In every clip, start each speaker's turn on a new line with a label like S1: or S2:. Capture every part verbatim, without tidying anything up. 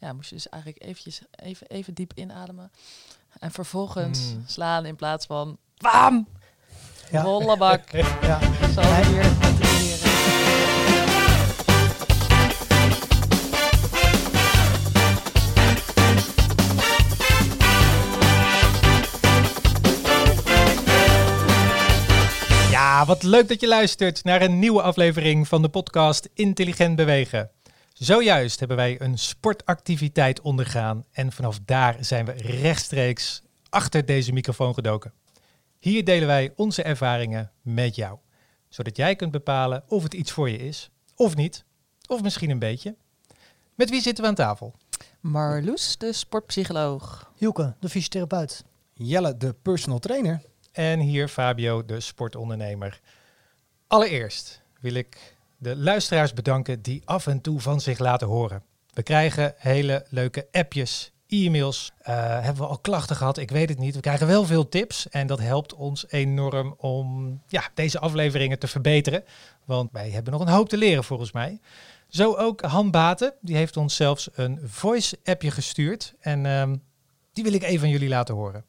S1: ja, moest je dus eigenlijk eventjes even, even diep inademen. En vervolgens
S2: Mm.
S1: slaan in plaats van bam!
S3: Ja.
S1: Rollenbak.
S3: Ja.
S1: Zo hier met de heren.
S2: Ja, wat leuk dat je luistert naar een nieuwe aflevering van de podcast Intelligent Bewegen. Zojuist hebben wij een sportactiviteit ondergaan en vanaf daar zijn we rechtstreeks achter deze microfoon gedoken. Hier delen wij onze ervaringen met jou, zodat jij kunt bepalen of het iets voor je is, of niet, of misschien een beetje. Met wie zitten we aan tafel?
S1: Marloes, de sportpsycholoog.
S3: Hielke, de fysiotherapeut.
S4: Jelle, de personal trainer.
S2: En hier Fabio, de sportondernemer. Allereerst wil ik de luisteraars bedanken die af en toe van zich laten horen. We krijgen hele leuke appjes, e-mails. Uh, hebben we al klachten gehad? Ik weet het niet. We krijgen wel veel tips en dat helpt ons enorm om ja, deze afleveringen te verbeteren. Want wij hebben nog een hoop te leren volgens mij. Zo ook Han Baten, die heeft ons zelfs een voice-appje gestuurd. En uh, die wil ik even aan jullie laten horen.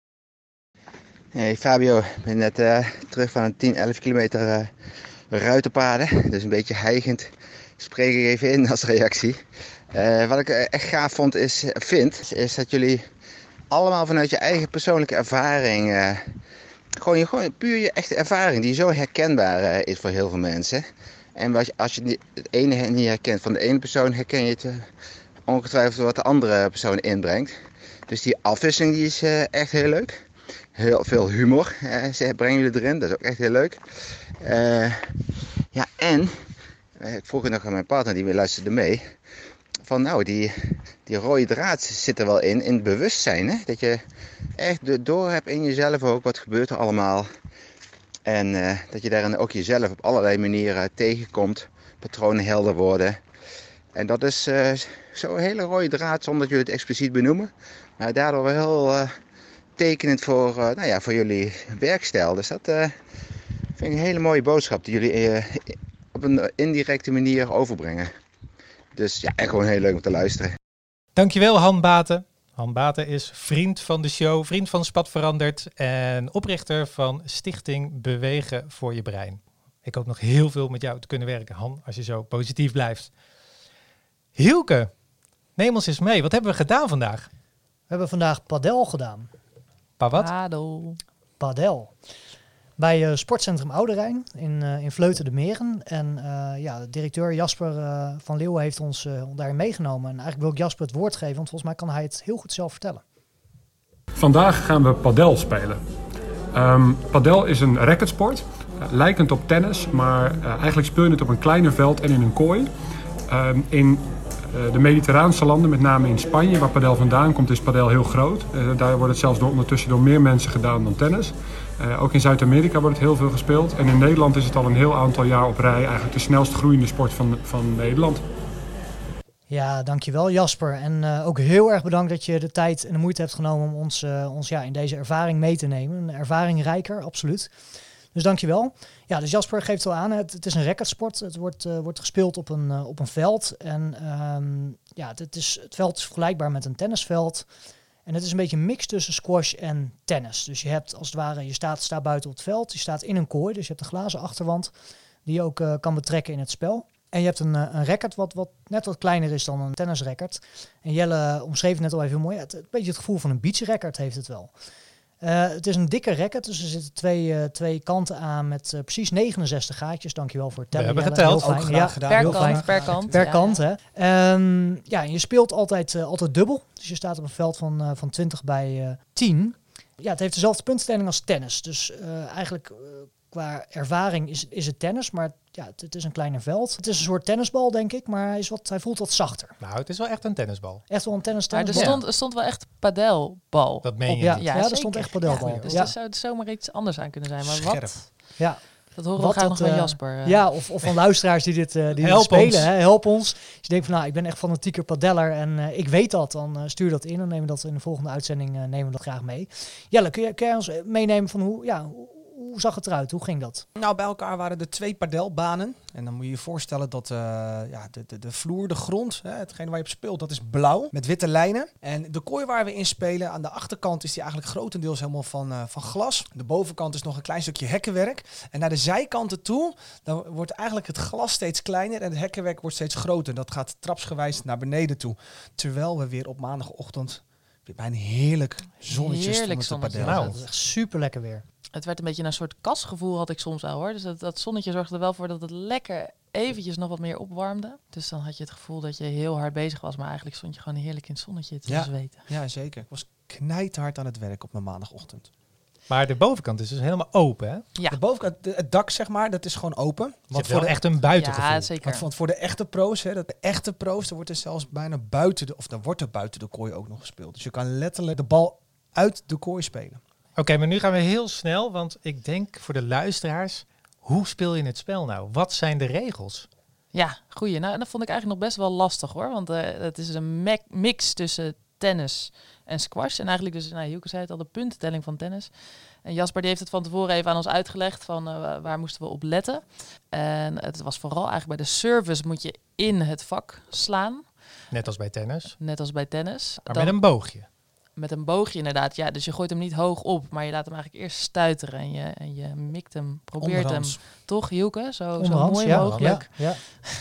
S5: Hey Fabio, ik ben net uh, terug van een tien, elf kilometer uh, ruitenpaden. Dus een beetje hijgend spreek ik even in als reactie. Uh, wat ik uh, echt gaaf vond is, vind, is dat jullie allemaal vanuit je eigen persoonlijke ervaring... Uh, gewoon, je, gewoon puur je echte ervaring die zo herkenbaar uh, is voor heel veel mensen. En als je, als je niet, het ene niet herkent van de ene persoon, herken je het uh, ongetwijfeld wat de andere persoon inbrengt. Dus die afwisseling die is uh, echt heel leuk. Heel veel humor eh, ze brengen jullie erin, dat is ook echt heel leuk. Uh, ja, en uh, ik vroeg nog aan mijn partner, die luisterde mee. Van nou, die, die rode draad zit er wel in, in het bewustzijn. Hè? Dat je echt door hebt in jezelf ook, wat gebeurt er allemaal. En uh, dat je daarin ook jezelf op allerlei manieren tegenkomt. Patronen helder worden. En dat is uh, zo'n hele rode draad, zonder dat jullie het expliciet benoemen. Maar daardoor wel heel... Uh, tekenend voor, uh, nou ja, voor jullie werkstijl. Dus dat uh, vind ik een hele mooie boodschap die jullie uh, op een indirecte manier overbrengen. Dus ja, echt gewoon heel leuk om te luisteren.
S2: Dankjewel Han Baten. Han Baten is vriend van de show, vriend van Spat Verandert en oprichter van Stichting Bewegen voor je Brein. Ik hoop nog heel veel met jou te kunnen werken, Han, als je zo positief blijft. Hielke, neem ons eens mee. Wat hebben we gedaan vandaag?
S3: We hebben vandaag padel gedaan.
S2: Pa wat?
S1: Padel.
S3: Padel. Bij uh, Sportcentrum Ouderijn in, uh, in Vleuten de Meren. En uh, ja, de directeur Jasper uh, van Leeuwen heeft ons uh, daarin meegenomen. En eigenlijk wil ik Jasper het woord geven, want volgens mij kan hij het heel goed zelf vertellen.
S6: Vandaag gaan we padel spelen. Um, padel is een racketsport, uh, lijkend op tennis, maar uh, eigenlijk speel je het op een kleiner veld en in een kooi. Um, in uh, de mediterraanse landen, met name in Spanje, waar padel vandaan komt, is padel heel groot. Uh, daar wordt het zelfs door, ondertussen door meer mensen gedaan dan tennis. Uh, ook in Zuid-Amerika wordt het heel veel gespeeld. En in Nederland is het al een heel aantal jaar op rij eigenlijk de snelst groeiende sport van, van Nederland.
S3: Ja, dankjewel Jasper. En uh, ook heel erg bedankt dat je de tijd en de moeite hebt genomen om ons, uh, ons ja, in deze ervaring mee te nemen. Een ervaring rijker, absoluut. Dus dankjewel. Ja, dus Jasper geeft het al aan, het, het is een racketsport. Het wordt, uh, wordt gespeeld op een, uh, op een veld. En um, ja, het, het, is, het veld is vergelijkbaar met een tennisveld. En het is een beetje een mix tussen squash en tennis. Dus je hebt als het ware, je staat, staat buiten op het veld. Je staat in een kooi, dus je hebt een glazen achterwand die je ook uh, kan betrekken in het spel. En je hebt een, een racket wat, wat net wat kleiner is dan een tennisracket. En Jelle omschreef het net al even heel mooi. Het, een beetje het gevoel van een beachracket heeft het wel. Uh, het is een dikke racket, dus er zitten twee, uh, twee kanten aan met uh, precies negenenzestig gaatjes. Dankjewel voor het tellen.
S2: We hebben geteld.
S3: Heel
S4: Ook
S3: fijn.
S4: graag
S3: Ja,
S4: gedaan.
S1: Per
S3: heel
S1: kant,
S3: fijn.
S1: per kant.
S3: Per
S1: ja,
S3: kant,
S1: ja.
S3: hè. Um, ja, en je speelt altijd, uh, altijd dubbel. Dus je staat op een veld van, uh, van twintig bij uh, tien. Ja, het heeft dezelfde puntstelling als tennis. Dus uh, eigenlijk... Uh, Qua ervaring is, is het tennis, maar ja, het, het is een kleiner veld. Het is een soort tennisbal, denk ik, maar hij, is wat, hij voelt wat zachter.
S2: Nou, het is wel echt een tennisbal.
S3: Echt wel een tennis
S1: Maar er
S3: tennisbal.
S1: stond, er stond wel echt padelbal.
S2: Dat meen
S1: op.
S2: je
S3: Ja,
S2: niet.
S3: ja,
S1: zeker.
S3: er stond echt padelbal.
S1: Ja, dus
S3: Ja.
S1: er zou zomaar iets anders aan kunnen zijn. Maar
S2: Scherp.
S1: wat?
S3: Ja.
S1: Dat horen
S3: Wat
S1: we graag
S3: dat,
S1: nog van
S3: uh,
S1: Jasper. Uh.
S3: Ja, of, of van luisteraars die dit, uh, die
S2: Help
S3: dit spelen.
S2: ons.
S3: Hè. Help ons. Als je denkt van, nou, ik ben echt fanatieker padeller en uh, ik weet dat, dan uh, stuur dat in. Dan nemen we dat in de volgende uitzending uh, nemen we dat graag mee. Jelle, kun je, kun je ons meenemen van hoe, ja, hoe, hoe zag het eruit? Hoe ging dat?
S4: Nou, bij elkaar waren er twee padelbanen. En dan moet je je voorstellen dat uh, ja, de, de, de vloer, de grond, hè, hetgene waar je op speelt, dat is blauw met witte lijnen. En de kooi waar we in spelen, aan de achterkant is die eigenlijk grotendeels helemaal van, uh, van glas. De bovenkant is nog een klein stukje hekkenwerk. En naar de zijkanten toe, dan wordt eigenlijk het glas steeds kleiner en het hekkenwerk wordt steeds groter. Dat gaat trapsgewijs naar beneden toe. Terwijl we weer op maandagochtend weer bij een heerlijk zonnetje
S1: Heerlijk
S4: stonden te
S1: zonnetje.
S4: padellen.
S3: Dat is echt super lekker weer.
S1: Het werd een beetje een soort kasgevoel, had ik soms wel hoor. Dus dat, dat zonnetje zorgde er wel voor dat het lekker eventjes nog wat meer opwarmde. Dus dan had je het gevoel dat je heel hard bezig was. Maar eigenlijk stond je gewoon heerlijk in het zonnetje te
S4: Ja.
S1: zweten.
S4: Ja, zeker. Ik was knijterhard aan het werk op mijn maandagochtend.
S2: Maar de bovenkant is dus helemaal open, hè?
S1: Ja,
S4: De bovenkant, de- het dak zeg maar, dat is gewoon open.
S2: Want
S4: Want
S2: voor
S4: voor de,
S2: echt een buitengevoel.
S1: ja zeker.
S4: want, want voor de echte pro's, hè, dat de echte pro's, daar wordt er zelfs bijna buiten de, of dan wordt er buiten de kooi ook nog gespeeld. Dus je kan letterlijk de bal uit de kooi spelen.
S2: Oké, maar nu gaan we heel snel, want ik denk voor de luisteraars, hoe speel je het spel nou? Wat zijn de regels?
S1: Ja, goeie. Nou, dat vond ik eigenlijk nog best wel lastig hoor. Want uh, het is een me- mix tussen tennis en squash. En eigenlijk dus, nou, Hielke zei het al, de puntentelling van tennis. En Jasper die heeft het van tevoren even aan ons uitgelegd van uh, waar moesten we op letten. En het was vooral eigenlijk bij de service moet je in het vak slaan.
S2: Net als bij tennis,
S1: Net als bij tennis.
S2: maar
S1: Dan-
S2: met een boogje.
S1: Met een boogje inderdaad, ja. Dus je gooit hem niet hoog op, maar je laat hem eigenlijk eerst stuiteren. En je, en je mikt hem, probeert hem
S4: Onderhands.
S1: toch, Hielke, zo, zo
S3: Onderhands,
S1: mooi
S3: ja,
S1: mogelijk
S3: Ja, ja.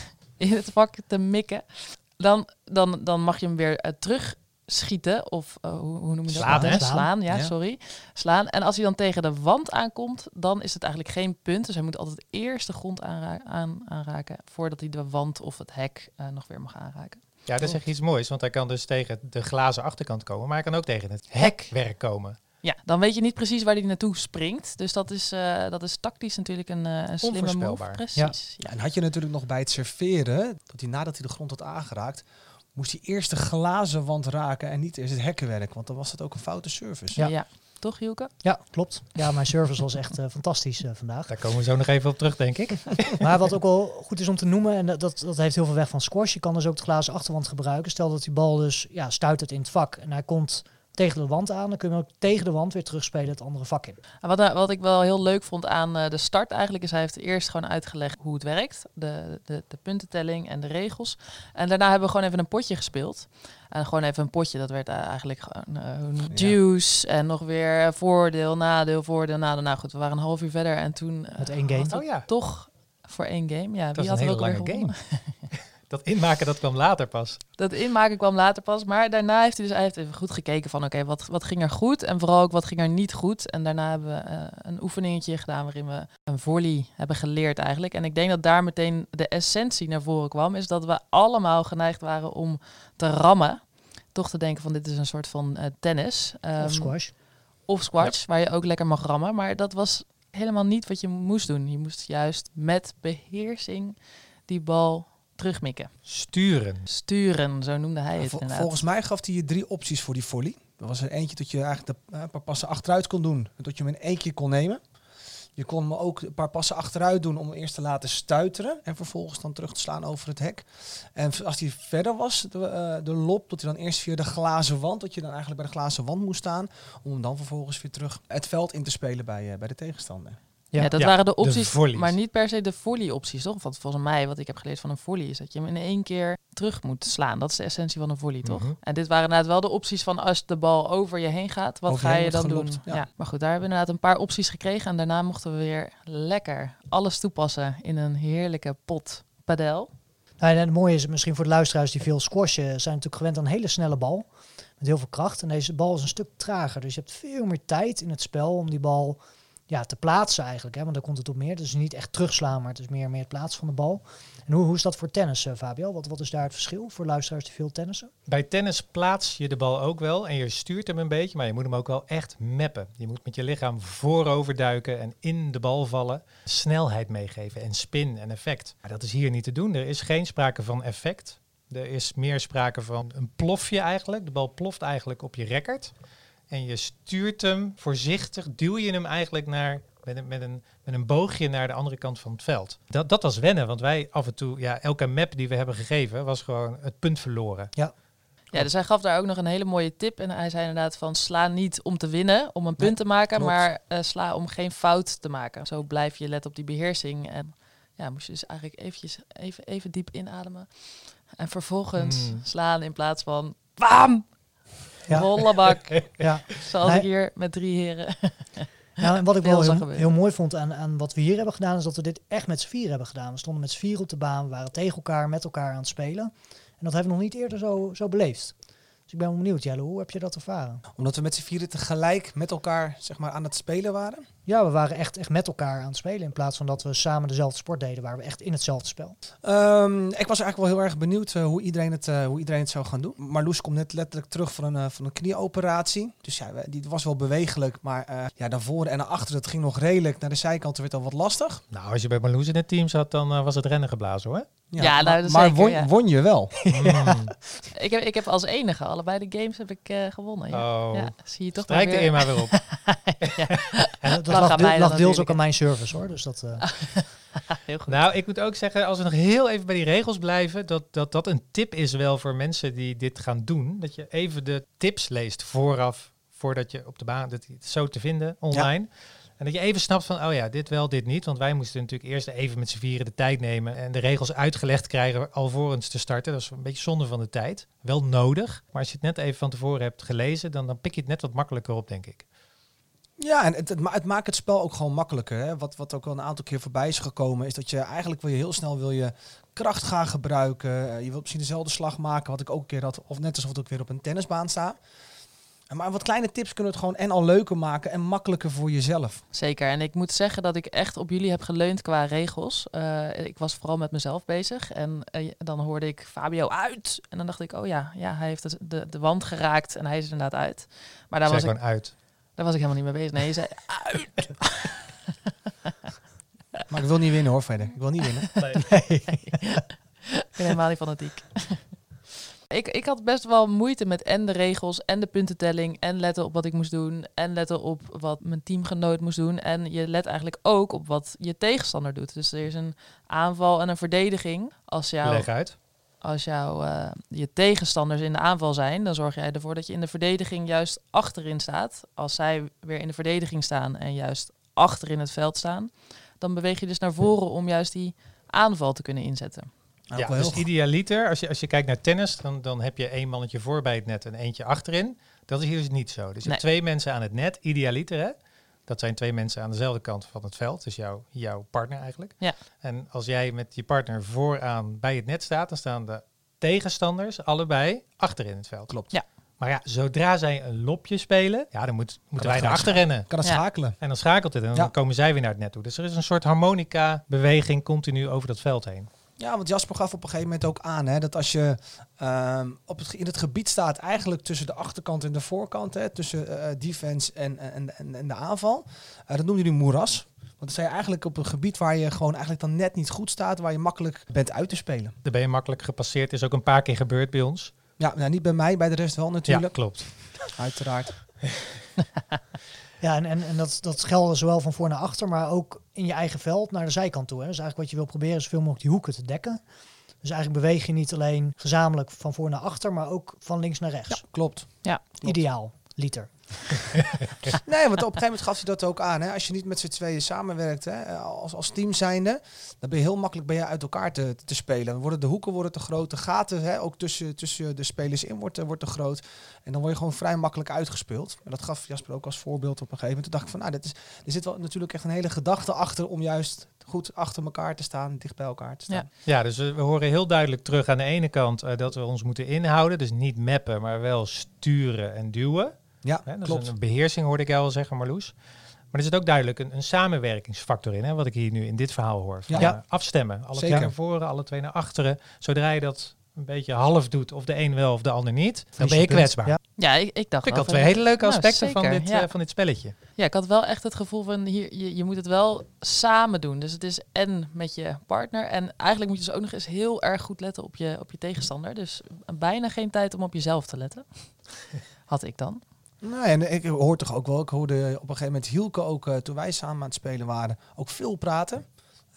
S1: in het vak te mikken. Dan, dan, dan mag je hem weer uh, terug schieten. Of uh, hoe, hoe noem je dat?
S2: Slaan, hè?
S1: Slaan, Slaan, ja,
S4: Ja.
S1: sorry. Slaan. En als hij dan tegen de wand aankomt, dan is het eigenlijk geen punt. Dus hij moet altijd eerst de grond aanra- aan, aanraken, voordat hij de wand of het hek uh, nog weer mag aanraken.
S2: Ja, dat is echt iets moois, want hij kan dus tegen de glazen achterkant komen, maar hij kan ook tegen het hekwerk komen.
S1: Ja, dan weet je niet precies waar hij naartoe springt. Dus dat is, uh, dat is tactisch natuurlijk een, uh, een slimme move.
S2: Onvoorspelbaar.
S1: Precies. Ja.
S4: Ja, en had je natuurlijk nog bij het serveren, dat hij nadat hij de grond had aangeraakt, moest hij eerst de glazen wand raken en niet eerst het hekkenwerk. Want dan was het ook een foute service.
S1: Ja.
S3: Ja.
S1: ja. Toch, Hielke?
S3: Ja, klopt. Ja, mijn service was echt uh, fantastisch uh, vandaag.
S2: Daar komen we zo nog even op terug, denk ik.
S3: Maar wat ook wel goed is om te noemen, en dat, dat heeft heel veel weg van squash. Je kan dus ook de glazen achterwand gebruiken. Stel dat die bal dus ja, stuitert in het vak en hij komt tegen de wand aan. Dan kun je hem ook tegen de wand weer terugspelen het andere vak in.
S1: En Wat, wat ik wel heel leuk vond aan uh, de start eigenlijk is hij heeft eerst gewoon uitgelegd hoe het werkt. De, de, de puntentelling en de regels. En daarna hebben we gewoon even een potje gespeeld. En gewoon even een potje, dat werd uh, eigenlijk gewoon uh, juice en nog weer voordeel, nadeel, voordeel, nadeel. Nou goed, we waren een half uur verder en toen uh,
S3: Met één game.
S1: had het
S2: Oh ja.
S1: toch voor één game. Ja,
S2: Dat
S1: wie
S2: is
S1: had
S2: een
S1: er
S2: hele
S1: ook
S2: lange
S1: weer
S2: game.
S1: gewonnen?
S2: Dat inmaken, dat kwam later pas.
S1: Dat inmaken kwam later pas, maar daarna heeft hij dus hij heeft even goed gekeken van oké, okay, wat, wat ging er goed en vooral ook wat ging er niet goed. En daarna hebben we uh, een oefeningetje gedaan waarin we een volley hebben geleerd eigenlijk. En ik denk dat daar meteen de essentie naar voren kwam, is dat we allemaal geneigd waren om te rammen. Toch te denken van dit is een soort van uh, tennis. Um,
S3: Of squash.
S1: Of squash, waar je ook lekker mag rammen. Maar dat was helemaal niet wat je moest doen. Je moest juist met beheersing die bal terugmikken.
S2: Sturen.
S1: Sturen, zo noemde hij het
S4: Vol-
S1: inderdaad.
S4: volgens mij gaf hij je drie opties voor die volley. Er was er eentje dat je eigenlijk de, uh, een paar passen achteruit kon doen. En dat je hem in één keer kon nemen. Je kon hem ook een paar passen achteruit doen om hem eerst te laten stuiteren. En vervolgens dan terug te slaan over het hek. En als hij verder was, de, uh, de lob, dat hij dan eerst via de glazen wand, dat je dan eigenlijk bij de glazen wand moest staan. Om hem dan vervolgens weer terug het veld in te spelen bij, uh, bij de tegenstander.
S1: Ja,
S3: Ja.
S1: dat
S2: Ja,
S1: waren de
S2: de
S1: opties,
S2: volleys.
S1: maar niet per se de volley-opties, toch? Want volgens mij, wat ik heb geleerd van een volley, is dat je hem in één keer terug moet slaan. Dat is de essentie van een volley, toch?
S2: Mhm.
S1: En dit waren inderdaad wel de opties van als de bal over je heen gaat, wat
S4: Over
S1: ga
S4: je
S1: je
S4: heen
S1: dan
S4: wordt
S1: doen?
S4: gelopt,
S1: Ja.
S4: ja.
S1: Maar goed, daar hebben we inderdaad een paar opties gekregen en daarna mochten we weer lekker alles toepassen in een heerlijke pot padel.
S3: Nou, en het mooie is misschien voor de luisteraars die veel squashen, zijn natuurlijk gewend aan een hele snelle bal. Met heel veel kracht. En deze bal is een stuk trager. Dus je hebt veel meer tijd in het spel om die bal ja, te plaatsen eigenlijk. Hè? Want daar komt het op neer. Dus niet echt terugslaan, maar het is meer, meer het plaatsen van de bal. En hoe, hoe is dat voor tennis, uh, Fabio? Wat, wat is daar het verschil voor luisteraars die veel tennissen?
S2: Bij tennis plaats je de bal ook wel en je stuurt hem een beetje, maar je moet hem ook wel echt mappen. Je moet met je lichaam voorover duiken en in de bal vallen. Snelheid meegeven en spin en effect. Maar dat is hier niet te doen. Er is geen sprake van effect. Er is meer sprake van een plofje eigenlijk. De bal ploft eigenlijk op je racket. En je stuurt hem voorzichtig, duw je hem eigenlijk naar, met, een, met, een, met een boogje naar de andere kant van het veld. Dat, dat was wennen, want wij af en toe, ja, elke map die we hebben gegeven was gewoon het punt verloren.
S3: Ja.
S1: Ja, dus hij gaf daar ook nog een hele mooie tip. En hij zei inderdaad van sla niet om te winnen, om een punt
S4: Nee,
S1: te maken,
S4: klopt.
S1: maar uh, sla om geen fout te maken. Zo blijf je let op die beheersing. En ja, moest je dus eigenlijk eventjes even, even diep inademen. En vervolgens
S2: Mm.
S1: slaan in plaats van bam!
S3: Ja.
S1: Rollenbak.
S3: Ja.
S1: Zoals
S3: Nee.
S1: ik hier met drie heren.
S3: Nou, en wat ik
S1: Veel
S3: wel
S1: zag
S3: heel,
S1: gebeuren.
S3: heel mooi vond aan, aan wat we hier hebben gedaan, is dat we dit echt met z'n vier hebben gedaan. We stonden met z'n vier op de baan, we waren tegen elkaar, met elkaar aan het spelen. En dat hebben we nog niet eerder zo, zo beleefd. Dus ik ben wel benieuwd, Jelle, hoe heb je dat ervaren?
S4: Omdat we met z'n vieren tegelijk met elkaar zeg maar, aan het spelen waren.
S3: Ja, we waren echt, echt met elkaar aan het spelen, in plaats van dat we samen dezelfde sport deden, waren we echt in hetzelfde spel.
S4: Um, ik was eigenlijk wel heel erg benieuwd uh, hoe, iedereen het, uh, hoe iedereen het zou gaan doen. Marloes komt net letterlijk terug van een, uh, van een knieoperatie. Dus ja, we- die was wel bewegelijk. Maar uh, ja, naar voren en naar achteren, het ging nog redelijk. Naar de zijkanten werd al wat lastig.
S2: Nou, als je bij Marloes in het team zat, dan uh, was het rennen geblazen hoor.
S1: Ja, nou,
S4: maar
S1: dat
S4: maar
S1: zeker,
S4: won,
S1: ja.
S4: won je wel.
S2: Mm.
S1: ik, heb, ik heb als enige allebei de games heb ik uh, gewonnen. Ja.
S2: Oh,
S1: Ja, zie je toch
S2: strijk
S1: maar
S2: er
S1: weer.
S2: Irma weer op.
S3: En dat
S1: Lag
S3: lag,
S1: aan
S3: deel-
S1: mij dan
S3: lag deels
S1: natuurlijk.
S3: ook aan mijn service hoor, dus dat... uh,
S1: Heel goed.
S2: Nou, ik moet ook zeggen, als we nog heel even bij die regels blijven, dat dat, dat een tip is wel voor mensen die dit gaan doen. Dat je even de tips leest vooraf, voordat je op de baan, dat het zo te vinden online. En dat je even snapt van, oh ja, dit wel, dit niet. Want wij moesten natuurlijk eerst even met z'n vieren de tijd nemen en de regels uitgelegd krijgen alvorens te starten. Dat is een beetje zonde van de tijd. Wel nodig, maar als je het net even van tevoren hebt gelezen, dan, dan pik je het net wat makkelijker op, denk ik.
S4: Ja, en het, het, ma- het maakt het spel ook gewoon makkelijker. Hè? Wat, wat ook al een aantal keer voorbij is gekomen, is dat je eigenlijk wil je heel snel wil je kracht gaan gebruiken. Uh, je wilt misschien dezelfde slag maken, wat ik ook een keer had, of net alsof ik weer op een tennisbaan sta. Uh, Maar wat kleine tips kunnen het gewoon en al leuker maken en makkelijker voor jezelf.
S1: Zeker. En ik moet zeggen dat ik echt op jullie heb geleund qua regels. Uh, ik was vooral met mezelf bezig. En uh, dan hoorde ik Fabio uit. En dan dacht ik, oh ja, ja hij heeft de, de, de wand geraakt en hij is er inderdaad uit. Maar daar
S2: Zeg
S1: was, ik,
S2: gewoon uit.
S1: daar was ik helemaal niet mee bezig. Nee, je zei uit.
S4: Maar ik wil niet winnen hoor, verder. Ik wil niet winnen.
S1: Ik ben helemaal niet fanatiek. Ik, ik had best wel moeite met en de regels en de puntentelling en letten op wat ik moest doen en letten op wat mijn teamgenoot moest doen. En je let eigenlijk ook op wat je tegenstander doet. Dus er is een aanval en een verdediging. Als jouw,
S2: Leg uit.
S1: als jouw uh, je tegenstanders in de aanval zijn, dan zorg jij ervoor dat je in de verdediging juist achterin staat. Als zij weer in de verdediging staan en juist achter in het veld staan, dan beweeg je dus naar voren om juist die aanval te kunnen inzetten.
S4: Nou,
S2: Ja,
S4: ook wel
S2: dus
S4: heel
S2: idealiter, als je, als je kijkt naar tennis, dan, dan heb je één mannetje voor bij het net en eentje achterin. Dat is hier dus niet zo. Dus je
S1: Nee.
S2: hebt twee mensen aan het net, idealiter hè. Dat zijn twee mensen aan dezelfde kant van het veld, dus jouw, jouw partner eigenlijk.
S1: Ja.
S2: En als jij met je partner vooraan bij het net staat, dan staan de tegenstanders allebei achterin het veld.
S4: Klopt.
S1: Ja.
S2: Maar ja, zodra zij een lopje spelen, ja, dan moet, moeten wij
S4: dat
S2: erachter
S4: gaan-
S2: rennen.
S4: Kan het
S1: Ja.
S4: schakelen.
S2: En dan schakelt het en dan
S4: Ja.
S2: komen zij weer naar het net toe. Dus er is een soort harmonica-beweging continu over dat veld heen.
S4: Ja, want Jasper gaf op een gegeven moment ook aan hè, dat als je um, op het, ge- in het gebied staat, eigenlijk tussen de achterkant en de voorkant, hè, tussen uh, defense en, en, en, en de aanval, uh, dat noemde hij moeras. Want dan sta je eigenlijk op een gebied waar je gewoon eigenlijk dan net niet goed staat, waar je makkelijk bent uit te spelen.
S2: Daar ben je makkelijk gepasseerd. Is ook een paar keer gebeurd bij ons.
S4: Ja, nou, niet bij mij, bij de rest wel natuurlijk.
S2: Ja, klopt.
S4: Uiteraard.
S3: Ja, en, en, en dat, dat geldt zowel van voor naar achter, maar ook in je eigen veld naar de zijkant toe. Hè. Dus eigenlijk wat je wil proberen is zoveel mogelijk die hoeken te dekken. Dus eigenlijk beweeg je niet alleen gezamenlijk van voor naar achter, maar ook van links naar rechts.
S4: Ja, klopt.
S1: Ja,
S3: Ideaal, liter.
S4: Nee, want op een gegeven moment gaf hij dat ook aan. Hè? Als je niet met z'n tweeën samenwerkt, hè, als, als team zijnde, dan ben je heel makkelijk ben je uit elkaar te, te spelen. Dan worden de hoeken worden te groot, de gaten hè, ook tussen, tussen de spelers in wordt, wordt te groot. En dan word je gewoon vrij makkelijk uitgespeeld. En dat gaf Jasper ook als voorbeeld op een gegeven moment. Toen dacht ik van, nou, dit is, er zit wel natuurlijk echt een hele gedachte achter om juist goed achter elkaar te staan, dicht bij elkaar te staan.
S1: Ja.
S2: Ja, dus we, we horen heel duidelijk terug aan de ene kant uh, dat we ons moeten inhouden. Dus niet mappen, maar wel sturen en duwen.
S4: Ja,
S2: Hè, dat
S4: klopt.
S2: is een beheersing, hoorde ik jou al zeggen, Marloes. Maar er zit ook duidelijk een, een samenwerkingsfactor in, hè, wat ik hier nu in dit verhaal hoor. Van,
S4: Ja.
S2: uh, afstemmen, alle
S4: Zeker.
S2: twee naar voren, alle twee naar achteren. Zodra je dat een beetje half doet, of de een wel of de ander niet, dan ben je
S3: punt.
S2: kwetsbaar.
S3: Ja.
S1: Ja, ik, ik dacht
S2: Vind ik
S1: wel
S2: al
S1: van-
S2: twee hele leuke
S1: Nou,
S2: aspecten van,
S1: zeker,
S2: dit,
S1: ja.
S2: uh, van dit spelletje.
S1: Ja, ik had wel echt het gevoel van hier, je, je moet het wel samen doen. Dus het is en met je partner. En eigenlijk moet je dus ook nog eens heel erg goed letten op je, op je tegenstander. Dus bijna geen tijd om op jezelf te letten. Had ik dan.
S4: Nee, en ik hoor toch ook wel, ik hoorde op een gegeven moment Hielke ook, uh, toen wij samen aan het spelen waren, ook veel praten.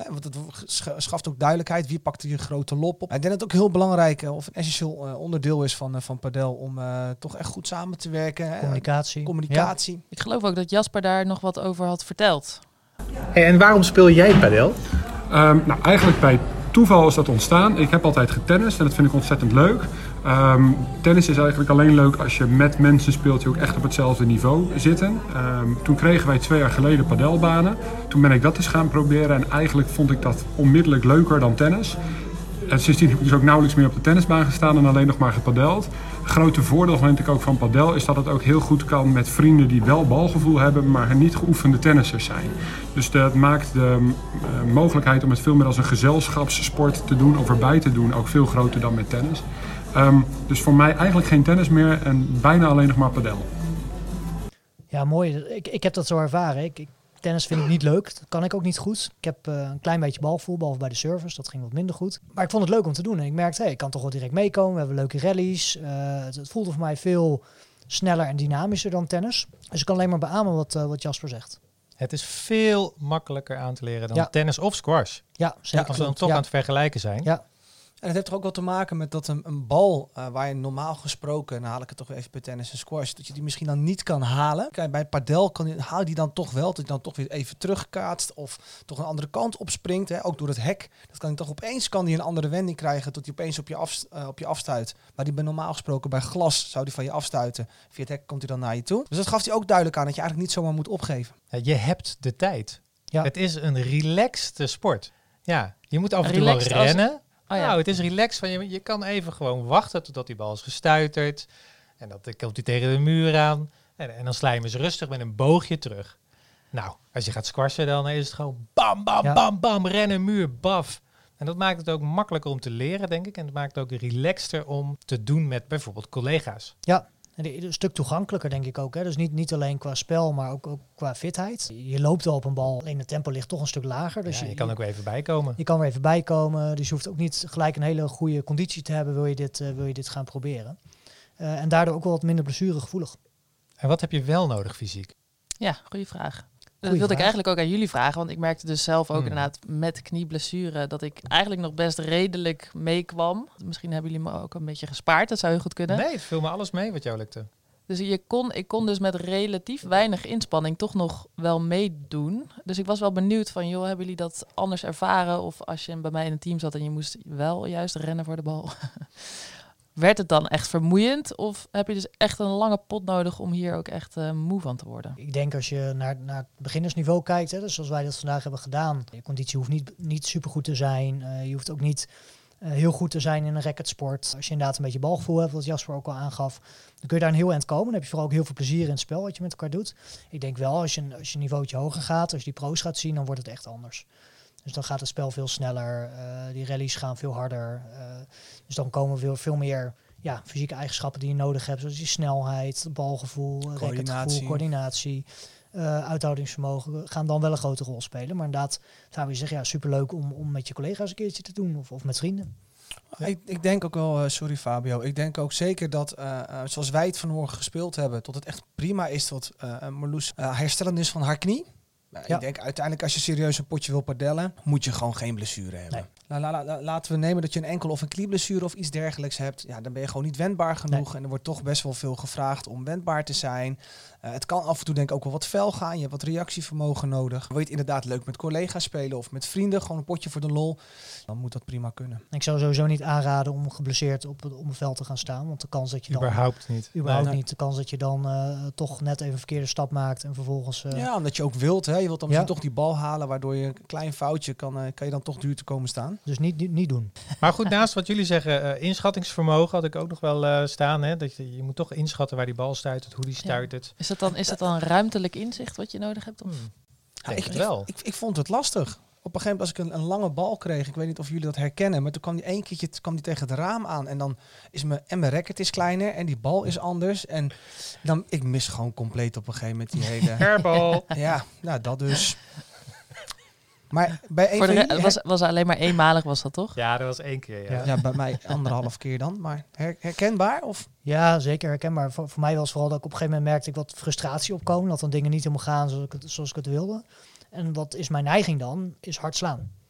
S4: Hè, want het sch- schaft ook duidelijkheid. Wie pakt hier een grote lop op? Ik denk dat het ook heel belangrijk uh, of een essentieel uh, onderdeel is van, uh, van padel om uh, toch echt goed samen te werken. Hè?
S3: Communicatie.
S4: Communicatie.
S1: Ik geloof ook dat Jasper daar nog wat over had verteld.
S2: Hey, en waarom speel jij padel?
S6: Um, nou, eigenlijk bij toeval is dat ontstaan. Ik heb altijd getennist en dat vind ik ontzettend leuk. Um, tennis is eigenlijk alleen leuk als je met mensen speelt die ook echt op hetzelfde niveau zitten. Um, toen kregen wij twee jaar geleden padelbanen. Toen ben ik dat eens gaan proberen en eigenlijk vond ik dat onmiddellijk leuker dan tennis. En sindsdien heb ik dus ook nauwelijks meer op de tennisbaan gestaan en alleen nog maar gepadeld. Het grote voordeel vind ik ook van padel is dat het ook heel goed kan met vrienden die wel balgevoel hebben, maar niet geoefende tennissers zijn. Dus dat maakt de uh, mogelijkheid om het veel meer als een gezelschapssport te doen of erbij te doen ook veel groter dan met tennis. Um, dus voor mij eigenlijk geen tennis meer en bijna alleen nog maar padel.
S3: Ja, mooi. Ik, ik heb dat zo ervaren. Ik, ik, tennis vind ik niet leuk. Dat kan ik ook niet goed. Ik heb uh, een klein beetje balgevoel, behalve bij de service. Dat ging wat minder goed. Maar ik vond het leuk om te doen. En ik merkte, hey, ik kan toch wel direct meekomen. We hebben leuke rallies. Uh, het, het voelde voor mij veel sneller en dynamischer dan tennis. Dus ik kan alleen maar beamen wat, uh, wat Jasper zegt.
S2: Het is veel makkelijker aan te leren dan
S3: Ja.
S2: tennis of squash.
S3: Ja, zeker.
S2: Ja, als we dan toch
S3: ja.
S2: aan het vergelijken zijn.
S3: Ja.
S4: En het heeft er ook wel te maken met dat een, een bal uh, waar je normaal gesproken, dan haal ik het toch even bij tennis en squash, dat je die misschien dan niet kan halen. Kijk, bij padel kan je, haal je die dan toch wel, dat je dan toch weer even terugkaatst of toch een andere kant opspringt. Hè? Ook door het hek. Dat kan je toch opeens kan die een andere wending krijgen tot die opeens op je, af, uh, op je afstuit. Maar die bij normaal gesproken bij glas zou die van je afstuiten. Via het hek komt hij dan naar je toe. Dus dat gaf hij ook duidelijk aan dat je eigenlijk niet zomaar moet opgeven.
S2: Ja, je hebt de tijd.
S3: Ja.
S2: Het is een relaxed sport. Ja, je moet af en toe wel
S1: Relaxed als-
S2: rennen.
S1: Oh ja.
S2: Nou, het is relaxed. Van je, je kan even gewoon wachten totdat die bal is gestuiterd. En dan komt hij tegen de muur aan. En, en dan sla je hem eens rustig met een boogje terug. Nou, als je gaat squashen, dan is het gewoon bam, bam,
S3: Ja.
S2: bam, bam, rennen, muur, baf. En dat maakt het ook makkelijker om te leren, denk ik. En het maakt het ook relaxter om te doen met bijvoorbeeld collega's.
S3: Ja, en die- een stuk toegankelijker denk ik ook. Hè. Dus niet, niet alleen qua spel, maar ook, ook qua fitheid. Je loopt wel op een bal, alleen het tempo ligt toch een stuk lager. Dus
S2: Ja,
S3: je,
S2: je kan ook weer even bijkomen.
S3: je kan er even bij komen. Dus je hoeft ook niet gelijk een hele goede conditie te hebben, wil je dit, uh, wil je dit gaan proberen. Uh, en daardoor ook wel wat minder blessuregevoelig.
S2: En wat heb je wel nodig fysiek?
S1: Ja, goede vraag. Dat
S3: Goeie
S1: wilde ik
S3: vraag.
S1: eigenlijk ook aan jullie vragen. Want ik merkte dus zelf ook
S2: Hmm.
S1: inderdaad met knieblessure dat ik eigenlijk nog best redelijk meekwam. Misschien hebben jullie me ook een beetje gespaard. Dat zou heel goed kunnen.
S2: Nee, het viel me alles mee wat jou lukte.
S1: Dus je kon, ik kon dus met relatief weinig inspanning toch nog wel meedoen. Dus ik was wel benieuwd van, joh, hebben jullie dat anders ervaren? Of als je bij mij in een team zat en je moest wel juist rennen voor de bal. Werd het dan echt vermoeiend? Of heb je dus echt een lange pot nodig om hier ook echt uh, moe van te worden?
S3: Ik denk als je naar, naar het beginnersniveau kijkt, hè, dus zoals wij dat vandaag hebben gedaan. Je conditie hoeft niet, niet supergoed te zijn. Uh, je hoeft ook niet uh, heel goed te zijn in een racketsport. Als je inderdaad een beetje balgevoel hebt, wat Jasper ook al aangaf, dan kun je daar een heel eind komen. Dan heb je vooral ook heel veel plezier in het spel wat je met elkaar doet. Ik denk wel, als je, als je een niveautje hoger gaat, als je die pro's gaat zien, dan wordt het echt anders. Dus dan gaat het spel veel sneller, uh, die rallies gaan veel harder. Uh, dus dan komen veel, veel meer ja, fysieke eigenschappen die je nodig hebt. Zoals die snelheid, balgevoel, racketgevoel, coördinatie, uh, uithoudingsvermogen. Gaan dan wel een grote rol spelen. Maar inderdaad, zou je zeggen, ja, superleuk om, om met je collega's een keertje te doen. Of, of met vrienden.
S4: Ja. Ik, ik denk ook wel, uh, sorry Fabio, ik denk ook zeker dat uh, uh, zoals wij het vanmorgen gespeeld hebben, tot het echt prima is tot uh, Marloes uh, herstellend is van haar knie. Nou, ja. Ik denk uiteindelijk als je serieus een potje wil padellen, moet je gewoon geen blessure hebben. Nee. La, la, la, laten we nemen dat je een enkel of een knieblessure of iets dergelijks hebt. Ja, dan ben je gewoon niet wendbaar genoeg. Nee. En er wordt toch best wel veel gevraagd om wendbaar te zijn. Uh, het kan af en toe denk ik ook wel wat fel gaan. Je hebt wat reactievermogen nodig. Wil je het inderdaad leuk met collega's spelen of met vrienden, gewoon een potje voor de lol, dan moet dat prima kunnen.
S3: Ik zou sowieso niet aanraden om geblesseerd op het, op het veld te gaan staan. Want de kans dat je dan...
S2: Überhaupt niet.
S3: Überhaupt
S2: nee.
S3: niet. De kans dat je dan uh, toch net even een verkeerde stap maakt en vervolgens... Uh,
S4: ja, omdat je ook wilt. Hè? Je wilt dan misschien ja. toch die bal halen, waardoor je een klein foutje kan, uh, kan je dan toch duur te komen staan.
S3: Dus niet, niet, niet doen.
S2: Maar goed, naast wat jullie zeggen, uh, inschattingsvermogen had ik ook nog wel uh, staan. Hè? Dat je, je moet toch inschatten waar die bal stuitert, hoe die stuitert.
S1: Ja. Is dat dan, is dat dan ruimtelijk inzicht wat je nodig hebt? Of?
S2: Hmm.
S4: Ja, ik,
S2: het wel.
S4: Ik, ik, ik vond het lastig. Op een gegeven moment als ik een, een lange bal kreeg, ik weet niet of jullie dat herkennen, maar toen kwam die één keertje kwam die tegen het raam aan en dan is mijn en mijn racket is kleiner en die bal is anders en dan ik mis gewoon compleet op een gegeven moment die hele
S2: airbal.
S4: Ja, nou dat dus. Maar bij een
S1: Voor
S4: van
S1: de
S4: jullie,
S1: re- was, was alleen maar eenmalig was dat toch?
S2: Ja, dat was één keer. Ja,
S4: ja. ja bij mij anderhalf keer dan, maar her, herkenbaar of?
S3: Ja, zeker herkenbaar. Voor, voor mij was vooral dat ik op een gegeven moment merkte ik wat frustratie opkomen, dat dan dingen niet helemaal gaan zoals ik het, zoals ik het wilde. En wat is mijn neiging dan? Is hard slaan.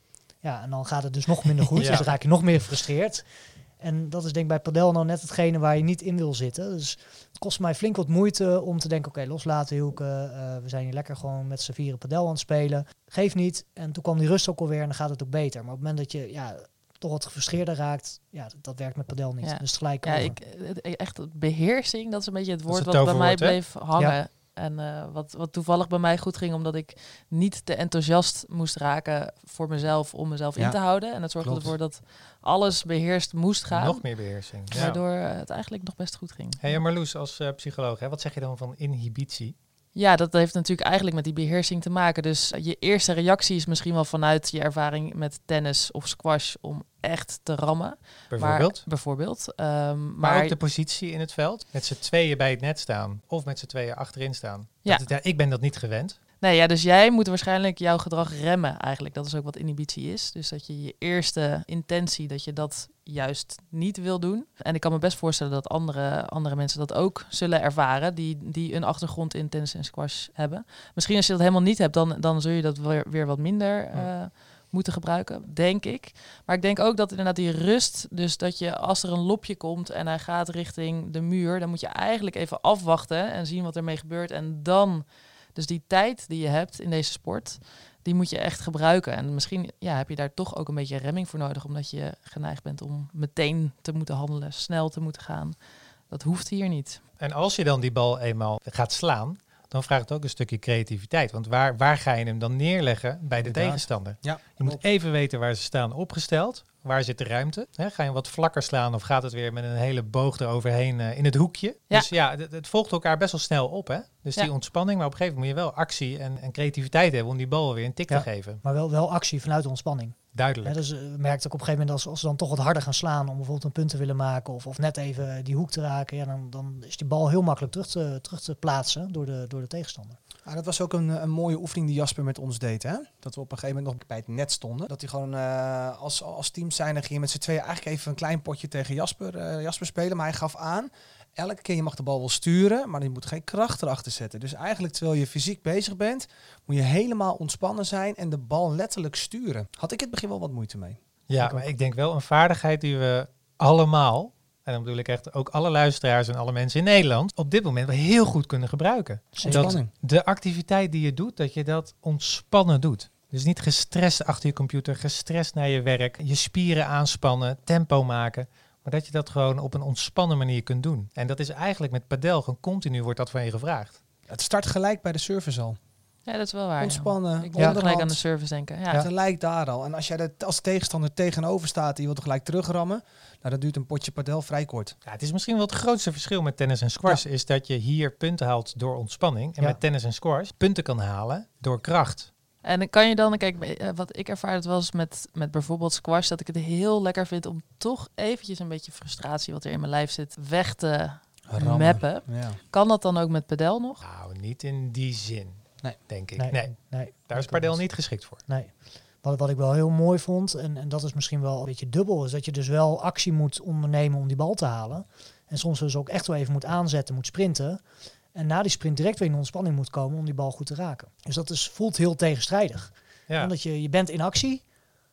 S3: Ja, en dan gaat het dus nog minder goed.
S2: Ja.
S3: Dus dan raak je nog meer gefrustreerd. En dat is denk ik bij padel nou net hetgene waar je niet in wil zitten. Dus het kost mij flink wat moeite om te denken, oké, okay, loslaten Hielke. Uh, we zijn hier lekker gewoon met z'n vieren padel aan het spelen. Geef niet. En toen kwam die rust ook alweer en dan gaat het ook beter. Maar op het moment dat je ja, toch wat gefrustreerder raakt, ja, dat, dat werkt met padel niet.
S1: Ja.
S3: Dus gelijk
S1: Ja,
S3: over.
S1: ik, het- echt beheersing, dat is een beetje het
S2: is
S1: woord
S2: het
S1: wat bij mij
S2: toverwoord, hè?
S1: bleef hangen.
S3: Ja.
S1: En uh, wat, wat toevallig bij mij goed ging, omdat ik niet te enthousiast moest raken voor mezelf om mezelf
S4: Ja.
S1: in te houden. En dat zorgde
S4: Klopt.
S1: ervoor dat alles beheerst moest gaan.
S2: Nog meer beheersing. Ja.
S1: Waardoor het eigenlijk nog best goed ging.
S2: Hey, en Marloes, als uh, psycholoog, hè, wat zeg je dan van inhibitie?
S1: Ja, dat heeft natuurlijk eigenlijk met die beheersing te maken. Dus je eerste reactie is misschien wel vanuit je ervaring met tennis of squash om echt te rammen.
S2: Bijvoorbeeld?
S1: Maar, bijvoorbeeld. Um, maar,
S2: Maar ook de positie in het veld. Met z'n tweeën bij het net staan. Of met z'n tweeën achterin staan.
S1: Ja.
S2: Dat, ja, ik ben dat niet gewend.
S1: Nee, ja, dus jij moet waarschijnlijk jouw gedrag remmen eigenlijk. Dat is ook wat inhibitie is. Dus dat je je eerste intentie, dat je dat juist niet wil doen. En ik kan me best voorstellen dat andere, andere mensen dat ook zullen ervaren, die, die een achtergrond in tennis en squash hebben. Misschien als je dat helemaal niet hebt, dan, dan zul je dat weer, weer wat minder uh, moeten gebruiken, denk ik. Maar ik denk ook dat inderdaad die rust, dus dat je als er een lopje komt en hij gaat richting de muur, dan moet je eigenlijk even afwachten en zien wat ermee gebeurt. En dan, dus die tijd die je hebt in deze sport, die moet je echt gebruiken. En misschien ja, heb je daar toch ook een beetje remming voor nodig, omdat je geneigd bent om meteen te moeten handelen, snel te moeten gaan. Dat hoeft hier niet.
S2: En als je dan die bal eenmaal gaat slaan, dan vraagt het ook een stukje creativiteit. Want waar, waar ga je hem dan neerleggen bij de
S4: Inderdaad.
S2: tegenstander?
S4: Ja,
S2: Je moet even weten waar ze staan opgesteld. Waar zit de ruimte? He, ga je hem wat vlakker slaan of gaat het weer met een hele boog eroverheen uh, in het hoekje?
S1: Ja.
S2: Dus ja, het, het volgt elkaar best wel snel op. Hè? Dus
S1: Ja.
S2: die ontspanning, maar op een gegeven moment moet je wel actie en, en creativiteit hebben om die bal weer een tik
S3: Ja.
S2: te geven.
S3: Maar wel, wel actie vanuit de ontspanning.
S2: Duidelijk.
S3: Ja, dus uh, merkt ook op een gegeven moment als, als ze dan toch wat harder gaan slaan om bijvoorbeeld een punt te willen maken of, of net even die hoek te raken, ja, dan, dan is die bal heel makkelijk terug te, terug te plaatsen door de, door de tegenstander.
S4: Ah, dat was ook een, een mooie oefening die Jasper met ons deed. Hè? Dat we op een gegeven moment nog bij het net stonden. Dat hij gewoon uh, als, als team zijn, dan ging je met z'n tweeën eigenlijk even een klein potje tegen Jasper, uh, Jasper spelen. Maar hij gaf aan, elke keer je mag de bal wel sturen, maar je moet geen kracht erachter zetten. Dus eigenlijk terwijl je fysiek bezig bent, moet je helemaal ontspannen zijn en de bal letterlijk sturen. Had ik het begin wel wat moeite mee.
S2: Ja,
S4: Ik
S2: maar
S4: ook.
S2: ik denk wel een vaardigheid die we allemaal, en dan bedoel ik echt ook alle luisteraars en alle mensen in Nederland, op dit moment wel heel goed kunnen gebruiken. Dat
S4: Ontspanning.
S2: de activiteit die je doet, dat je dat ontspannen doet. Dus niet gestrest achter je computer, gestrest naar je werk, je spieren aanspannen, tempo maken. Maar dat je dat gewoon op een ontspannen manier kunt doen. En dat is eigenlijk met padel, gewoon continu wordt dat van je gevraagd.
S4: Het start gelijk bij de service al.
S1: Ja, dat is wel waar. ja.
S4: Ontspannen,
S1: Ik moet
S4: onderhand.
S1: gelijk aan de service denken. Ja.
S3: Ja.
S4: Gelijk daar al. En als jij er als tegenstander tegenover staat en je wilt er gelijk terugrammen, nou, dan duurt een potje padel vrij kort.
S2: Ja, het is misschien wel het grootste verschil met tennis en squash, is dat je hier punten haalt door ontspanning. En
S3: Ja.
S2: met tennis en squash punten kan halen door kracht.
S1: En dan kan je dan, kijk, eh, wat ik ervaar het wel eens met, met bijvoorbeeld squash, dat ik het heel lekker vind om toch eventjes een beetje frustratie wat er in mijn lijf zit weg te
S4: Rammen.
S1: mappen.
S4: Ja.
S1: Kan dat dan ook met padel nog?
S2: Nou, niet in die zin,
S4: Nee.
S2: denk ik.
S3: Nee,
S2: Nee,
S3: nee,
S2: daar is
S3: dat
S2: padel
S3: klopt.
S2: niet geschikt voor.
S3: Nee. Wat, wat ik wel heel mooi vond, en, en dat is misschien wel een beetje dubbel, is dat je dus wel actie moet ondernemen om die bal te halen. En soms dus ook echt wel even moet aanzetten, moet sprinten. En na die sprint direct weer in de ontspanning moet komen om die bal goed te raken. Dus dat is, voelt heel tegenstrijdig.
S2: Ja,
S3: Omdat je, je bent in actie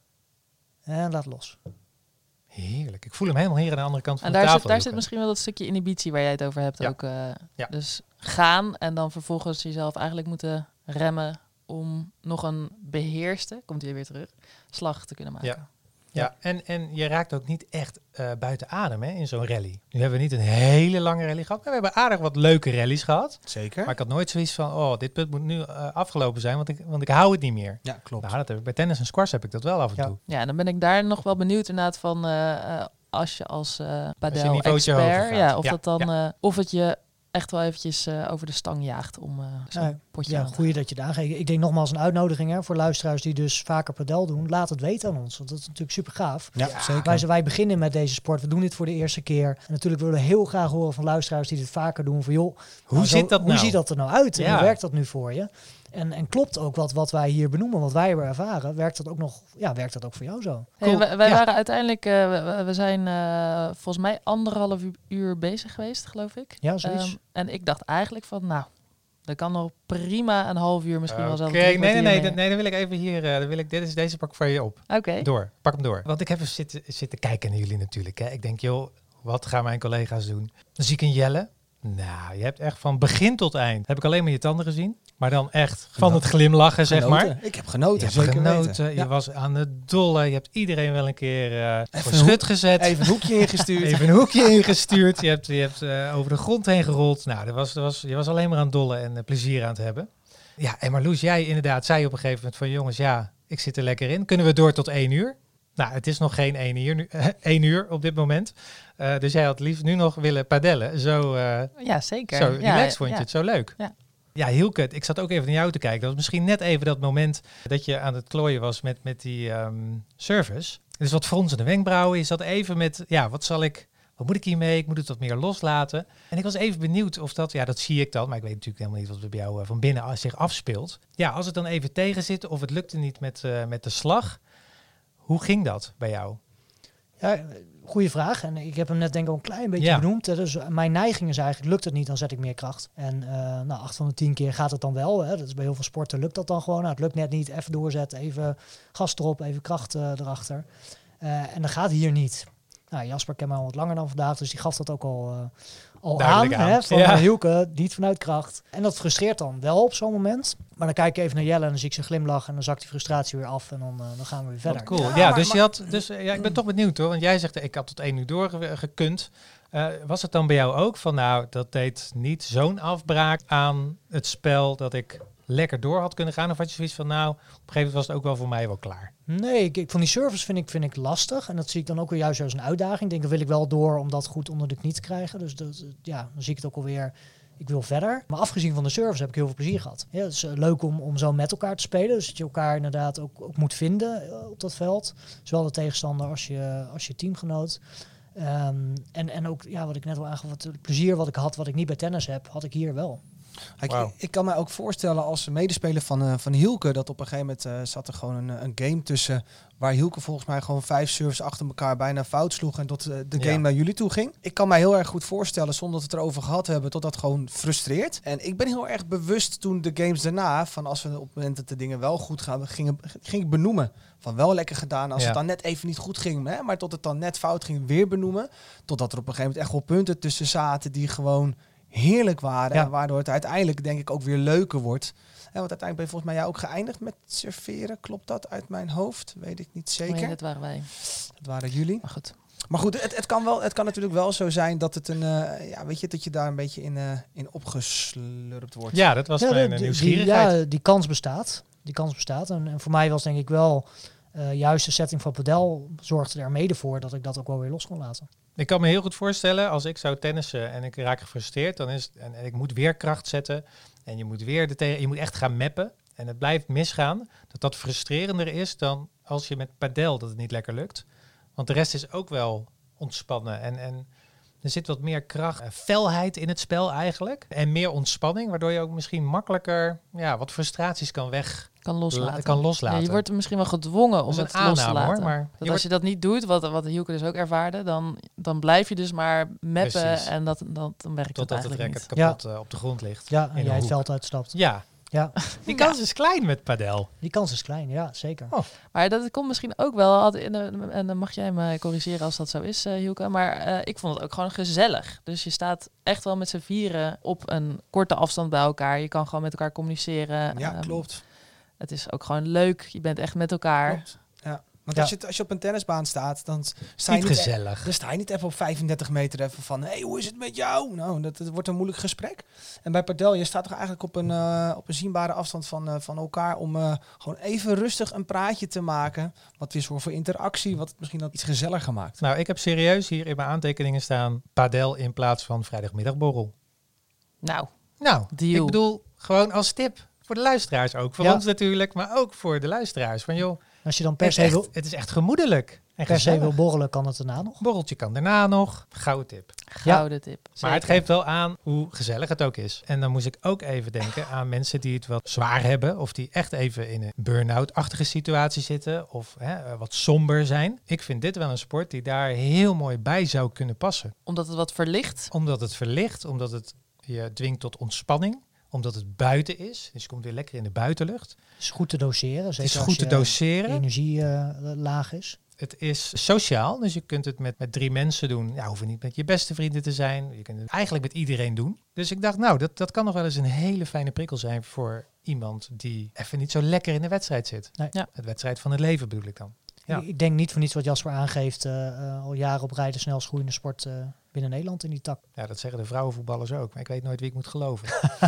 S3: en laat los.
S2: heerlijk. Ik voel hem helemaal hier aan de andere kant van
S1: En
S2: de
S1: daar,
S2: tafel.
S1: zit, daar zit
S2: Joeke.
S1: misschien wel dat stukje inhibitie waar jij het over hebt
S2: Ja.
S1: ook. eh,
S2: Ja.
S1: Dus gaan en dan vervolgens jezelf eigenlijk moeten remmen om nog een beheerste, komt hij weer terug, slag te kunnen maken.
S2: Ja. Ja, en, en je raakt ook niet echt uh, buiten adem hè, in zo'n rally. Nu hebben we niet een hele lange rally gehad, maar we hebben aardig wat leuke rallies gehad.
S4: Zeker.
S2: Maar ik had nooit zoiets van, oh, dit punt moet nu uh, afgelopen zijn, want ik, want ik hou het niet meer.
S4: Ja, klopt.
S2: Nou, dat heb ik bij tennis en squash heb ik dat wel af en
S3: Ja.
S2: toe.
S1: Ja, dan ben ik daar nog wel benieuwd inderdaad van uh, uh, als je als uh, padel
S2: niveautje hoger
S1: expert,
S2: gaat.
S1: ja, of
S2: Ja,
S1: dat dan, uh, of het je echt wel eventjes uh, over de stang jaagt om uh, zo'n
S3: Ja,
S1: potje
S3: Ja,
S1: aan te
S3: goeie dat je daar aangeeft. Ik denk nogmaals een uitnodiging hè, voor luisteraars die dus vaker padel doen. Laat het weten aan ons, want dat is natuurlijk super gaaf.
S4: Ja,
S2: Ja,
S4: zeker.
S3: Wij, wij beginnen met deze sport, we doen dit voor de eerste keer. En natuurlijk willen we heel graag horen van luisteraars die dit vaker doen. Van joh,
S2: Hoe
S3: nou, zo-
S2: zit dat
S3: hoe
S2: nou?
S3: ziet dat er nou uit en
S2: Ja.
S3: hoe werkt dat nu voor je? En, en klopt ook wat, wat wij hier benoemen, wat wij hebben ervaren, werkt dat ook nog, ja, werkt dat ook voor jou zo?
S1: Hey,
S2: Cool.
S1: wij wij
S2: Ja.
S1: waren uiteindelijk, uh, we, we zijn uh, volgens mij anderhalf uur bezig geweest, geloof ik.
S3: Ja, zoiets.
S1: Um, en ik dacht eigenlijk van, nou, Dat kan nog prima een half uur misschien wel zelfs.
S2: Oké, nee, nee, nee, nee, nee, dan wil ik even hier, uh, dan wil ik, dit is deze pak voor je op.
S1: Oké. Okay.
S2: Door, pak hem door. Want ik heb even zitten, zitten kijken naar jullie natuurlijk. Hè. Ik denk, joh, wat gaan mijn collega's doen? Dan zie ik een Jelle. Nou, je hebt echt van begin tot eind. Heb ik alleen maar je tanden gezien. Maar dan echt van het glimlachen, zeg
S4: genoten.
S2: maar.
S4: Ik heb genoten,
S2: je
S4: zeker
S2: hebt genoten.
S4: weten.
S2: Je
S4: Ja.
S2: was aan het dolle. Je hebt iedereen wel een keer uh, voor
S4: een
S2: schut
S4: hoek,
S2: gezet.
S4: Even een hoekje ingestuurd.
S2: Even een hoekje ingestuurd. Je hebt, je hebt uh, over de grond heen gerold. Nou, dat was, dat was, je was alleen maar aan het dolle en uh, plezier aan het hebben. Ja, en Marloes, jij inderdaad zei op een gegeven moment van... jongens, ja, ik zit er lekker in. Kunnen we door tot één uur? Nou, het is nog geen één uur, nu, uh, één uur op dit moment. Uh, dus jij had liefst nu nog willen padellen. Zo, uh,
S1: ja, zeker.
S2: Zo
S1: ja,
S2: relaxed vond je
S1: ja.
S2: het, zo leuk.
S1: Ja.
S2: Ja, Hielke, ik zat ook even naar jou te kijken. Dat was misschien net even dat moment dat je aan het klooien was met, met die um, service. Dus wat fronsende wenkbrauwen. Je zat even met, ja, wat zal ik... Wat moet ik hiermee? Ik moet het wat meer loslaten. En ik was even benieuwd of dat... Ja, dat zie ik dan. Maar ik weet natuurlijk helemaal niet wat er bij jou uh, van binnen zich afspeelt. Ja, als het dan even tegen zit of het lukte niet met, uh, met de slag. Hoe ging dat bij jou?
S3: Ja, goede vraag. En ik heb hem net denk ik al een klein beetje
S2: ja.
S3: benoemd. Hè. Dus mijn neiging is eigenlijk, lukt het niet, dan zet ik meer kracht. En uh, nou, acht van de tien keer gaat het dan wel. Hè. Dat is bij heel veel sporten lukt dat dan gewoon. Nou, het lukt net niet. Even doorzetten, even gas erop, even kracht uh, erachter. Uh, en dat gaat hier niet. Nou, Jasper kent mij al wat langer dan vandaag, dus die gaf dat ook al, uh, al aan.
S2: aan.
S3: Hè, van
S2: ja.
S3: Hielke, niet vanuit kracht. En dat frustreert dan wel op zo'n moment. Maar dan kijk ik even naar Jelle en dan zie ik zijn glimlach en dan zakt die frustratie weer af en dan, uh, dan gaan we weer verder.
S2: Wat cool.
S4: Ja,
S2: Ja,
S4: maar,
S2: dus
S4: maar,
S2: je had, dus uh, ja, ik ben toch benieuwd hoor, want jij zegt ik had tot één uur doorgekund. Uh, was het dan bij jou ook van nou, dat deed niet zo'n afbraak aan het spel dat ik lekker door had kunnen gaan? Of had je zoiets van nou, op een gegeven moment was het ook wel voor mij wel klaar?
S3: Nee, ik, ik, van die service vind ik, vind ik lastig. En dat zie ik dan ook weer juist als een uitdaging. Ik denk, dat wil ik wel door om dat goed onder de knie te krijgen. Dus dat, ja, dan zie ik het ook alweer, ik wil verder. Maar afgezien van de service heb ik heel veel plezier gehad. Ja, het is uh, leuk om, om zo met elkaar te spelen. Dus dat je elkaar inderdaad ook, ook moet vinden uh, op dat veld. Zowel de tegenstander als je, als je teamgenoot. Um, en, en ook, ja, wat ik net al aangaf, het plezier wat ik had, wat ik niet bij tennis heb, had ik hier wel.
S4: Ik,
S2: wow.
S4: ik kan mij ook voorstellen als medespeler van, uh, van Hielke, dat op een gegeven moment uh, zat er gewoon een, een game tussen waar Hielke volgens mij gewoon vijf serves achter elkaar bijna fout sloeg en tot uh, de game ja. naar jullie toe ging. Ik kan mij heel erg goed voorstellen, zonder dat we het erover gehad hebben, tot dat gewoon frustreert. En ik ben heel erg bewust toen de games daarna, van als we op het moment dat de dingen wel goed gaan, gingen, ging ik benoemen. Van wel lekker gedaan, als ja. het dan net even niet goed ging, hè, maar tot het dan net fout ging, weer benoemen. Totdat er op een gegeven moment echt wel punten tussen zaten die gewoon heerlijk waren. Ja. En waardoor het uiteindelijk denk ik ook weer leuker wordt. En want uiteindelijk ben je volgens mij ook geëindigd met serveren. Klopt dat uit mijn hoofd? Weet ik niet zeker.
S1: Nee, dat waren wij.
S4: Dat waren jullie.
S1: Maar goed.
S4: Maar goed, het, het, kan wel, het kan natuurlijk wel zo zijn dat het een, uh, ja, weet je, dat je daar een beetje in, uh, in opgeslurpt wordt.
S2: Ja, dat was
S3: ja,
S2: mijn
S3: de, die,
S2: nieuwsgierigheid.
S3: Ja, die kans bestaat. Die kans bestaat. En, en voor mij was denk ik wel uh, juist de setting van padel zorgde er mede voor dat ik dat ook wel weer los kon laten.
S2: Ik kan me heel goed voorstellen, als ik zou tennissen en ik raak gefrustreerd, dan is het, en, en ik moet weer kracht zetten en je moet weer de tegen, je moet echt gaan mappen en het blijft misgaan, dat dat frustrerender is dan als je met padel dat het niet lekker lukt. Want de rest is ook wel ontspannen en, en er zit wat meer kracht, felheid in het spel eigenlijk en meer ontspanning, waardoor je ook misschien makkelijker ja, wat frustraties kan weg.
S1: Kan loslaten.
S2: Kan loslaten.
S1: Ja, je wordt misschien wel gedwongen om het
S2: aanname,
S1: los te laten.
S2: Hoor, maar
S1: dat
S2: je
S1: als je dat niet doet, wat, wat Hielke dus ook ervaarde, dan, dan blijf je dus maar mappen
S2: Precies.
S1: en dat, dat, dan werkt
S2: Totdat
S1: het eigenlijk
S2: het racket
S1: niet.
S2: kapot ja. uh, op de grond ligt.
S3: Ja, en jij het veld uitstapt.
S2: Ja.
S3: Ja.
S2: Die kans ja. is klein met padel.
S3: Die kans is klein, ja, zeker.
S2: Oh.
S1: Maar dat komt misschien ook wel, en dan mag jij me corrigeren als dat zo is, uh, Hielke, maar uh, ik vond het ook gewoon gezellig. Dus je staat echt wel met z'n vieren op een korte afstand bij elkaar. Je kan gewoon met elkaar communiceren.
S4: Ja,
S1: um,
S4: klopt.
S1: Het is ook gewoon leuk. Je bent echt met elkaar.
S4: Klopt. Ja. Want
S3: ja.
S4: als, je, als je op een tennisbaan staat, dan sta je
S2: niet,
S4: niet
S2: gezellig.
S4: E- dan sta je niet even op vijfendertig meter even van, hé, hey, hoe is het met jou? Nou, dat, dat wordt een moeilijk gesprek. En bij padel, je staat toch eigenlijk op een, uh, op een zienbare afstand van, uh, van elkaar om uh, gewoon even rustig een praatje te maken. Wat weer zorgt voor interactie, wat het misschien dan iets gezelliger maakt.
S2: Nou, ik heb serieus hier in mijn aantekeningen staan padel in plaats van vrijdagmiddagborrel.
S1: Nou,
S2: nou
S1: deal.
S2: Ik bedoel, gewoon als tip. Voor de luisteraars ook. Voor ja. ons natuurlijk, maar ook voor de luisteraars. Van joh,
S3: als je dan per
S2: het,
S3: se
S2: echt,
S3: wil,
S2: het is echt gemoedelijk. En
S3: per se wil borrelen, kan het daarna nog.
S2: Borreltje kan daarna nog. Gouden tip.
S1: Gouden ja. tip.
S2: Zeker. Maar het geeft wel aan hoe gezellig het ook is. En dan moest ik ook even denken aan mensen die het wat zwaar hebben. Of die echt even in een burn-out-achtige situatie zitten. Of hè, wat somber zijn. Ik vind dit wel een sport die daar heel mooi bij zou kunnen passen.
S1: Omdat het wat verlicht?
S2: Omdat het verlicht. Omdat het je dwingt tot ontspanning. omdat het buiten is. Dus je komt weer lekker in de buitenlucht.
S3: Het is goed te doseren.
S2: Het
S3: Zeker
S2: is
S3: als
S2: goed te
S3: je
S2: doseren.
S3: energie uh, laag is.
S2: Het is sociaal, dus je kunt het met, met drie mensen doen. Ja, hoeven niet met je beste vrienden te zijn. Je kunt het eigenlijk met iedereen doen. Dus ik dacht, nou, dat, dat kan nog wel eens een hele fijne prikkel zijn voor iemand die even niet zo lekker in de wedstrijd zit.
S3: Nee.
S1: Ja.
S2: Het wedstrijd van het leven bedoel ik dan. Ja.
S3: Ik, ik denk niet voor niets wat Jasper aangeeft. Uh, uh, al jaren op rij de snelst groeiende sport uh, binnen Nederland in die tak.
S2: Ja, dat zeggen de vrouwenvoetballers ook. Maar ik weet nooit wie ik moet geloven.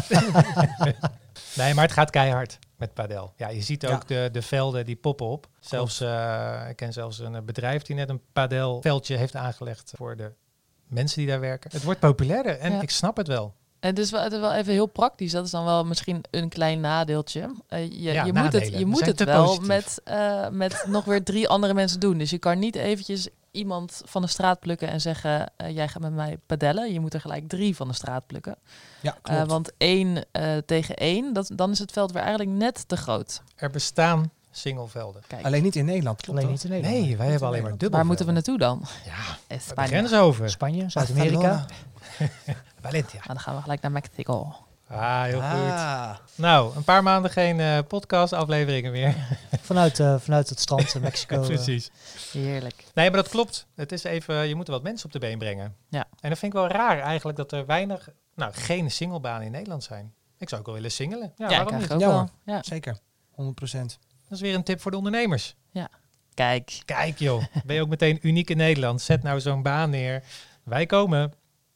S2: Nee, maar het gaat keihard met padel. Ja, je ziet ook ja. de, de velden die poppen op. Zelfs, uh, ik ken zelfs een bedrijf die net een padelveldje heeft aangelegd voor de mensen die daar werken. Het wordt populairder en ja. ik snap het wel.
S1: En het is, wel, het is wel even heel praktisch. Dat is dan wel misschien een klein nadeeltje. Uh, je,
S2: ja,
S1: je
S2: nadelen.
S1: moet het, je moet het wel
S2: positief.
S1: met, uh, met nog weer drie andere mensen doen. Dus je kan niet eventjes iemand van de straat plukken en zeggen, uh, jij gaat met mij padellen. Je moet er gelijk drie van de straat plukken.
S4: Ja, klopt.
S1: Uh, want één uh, tegen één, dat, dan is het veld weer eigenlijk net te groot.
S2: Er bestaan singlevelden.
S1: Kijk.
S4: Alleen niet in Nederland, klopt
S3: Alleen
S4: toch?
S3: niet in Nederland.
S2: Nee, wij hebben alleen maar dubbel.
S1: Waar moeten we naartoe dan?
S2: Ja,
S1: Spanje.
S2: de grens over.
S3: Spanje, Zuid-Amerika.
S2: Valencia.
S1: En dan gaan we gelijk naar Mexico.
S2: Ah, heel
S4: Ah.
S2: goed. Nou, een paar maanden geen uh, podcast-afleveringen meer.
S3: Vanuit, uh, vanuit het strand in Mexico.
S2: Precies.
S1: Heerlijk.
S2: Nee, maar dat klopt. Het is even, je moet er wat mensen op de been brengen.
S1: Ja.
S2: En dat vind ik wel raar eigenlijk dat er weinig, nou, geen singlebanen in Nederland zijn. Ik zou ook wel willen singelen. Ja,
S1: Ja,
S2: waarom
S1: ik
S2: niet?
S1: ook
S4: Ja,
S1: wel.
S4: hoor.
S1: Ja.
S4: Zeker, honderd procent.
S2: Dat is weer een tip voor de ondernemers.
S1: Kijk.
S2: Kijk joh, ben je ook meteen uniek in Nederland. Zet nou zo'n baan neer. Wij komen.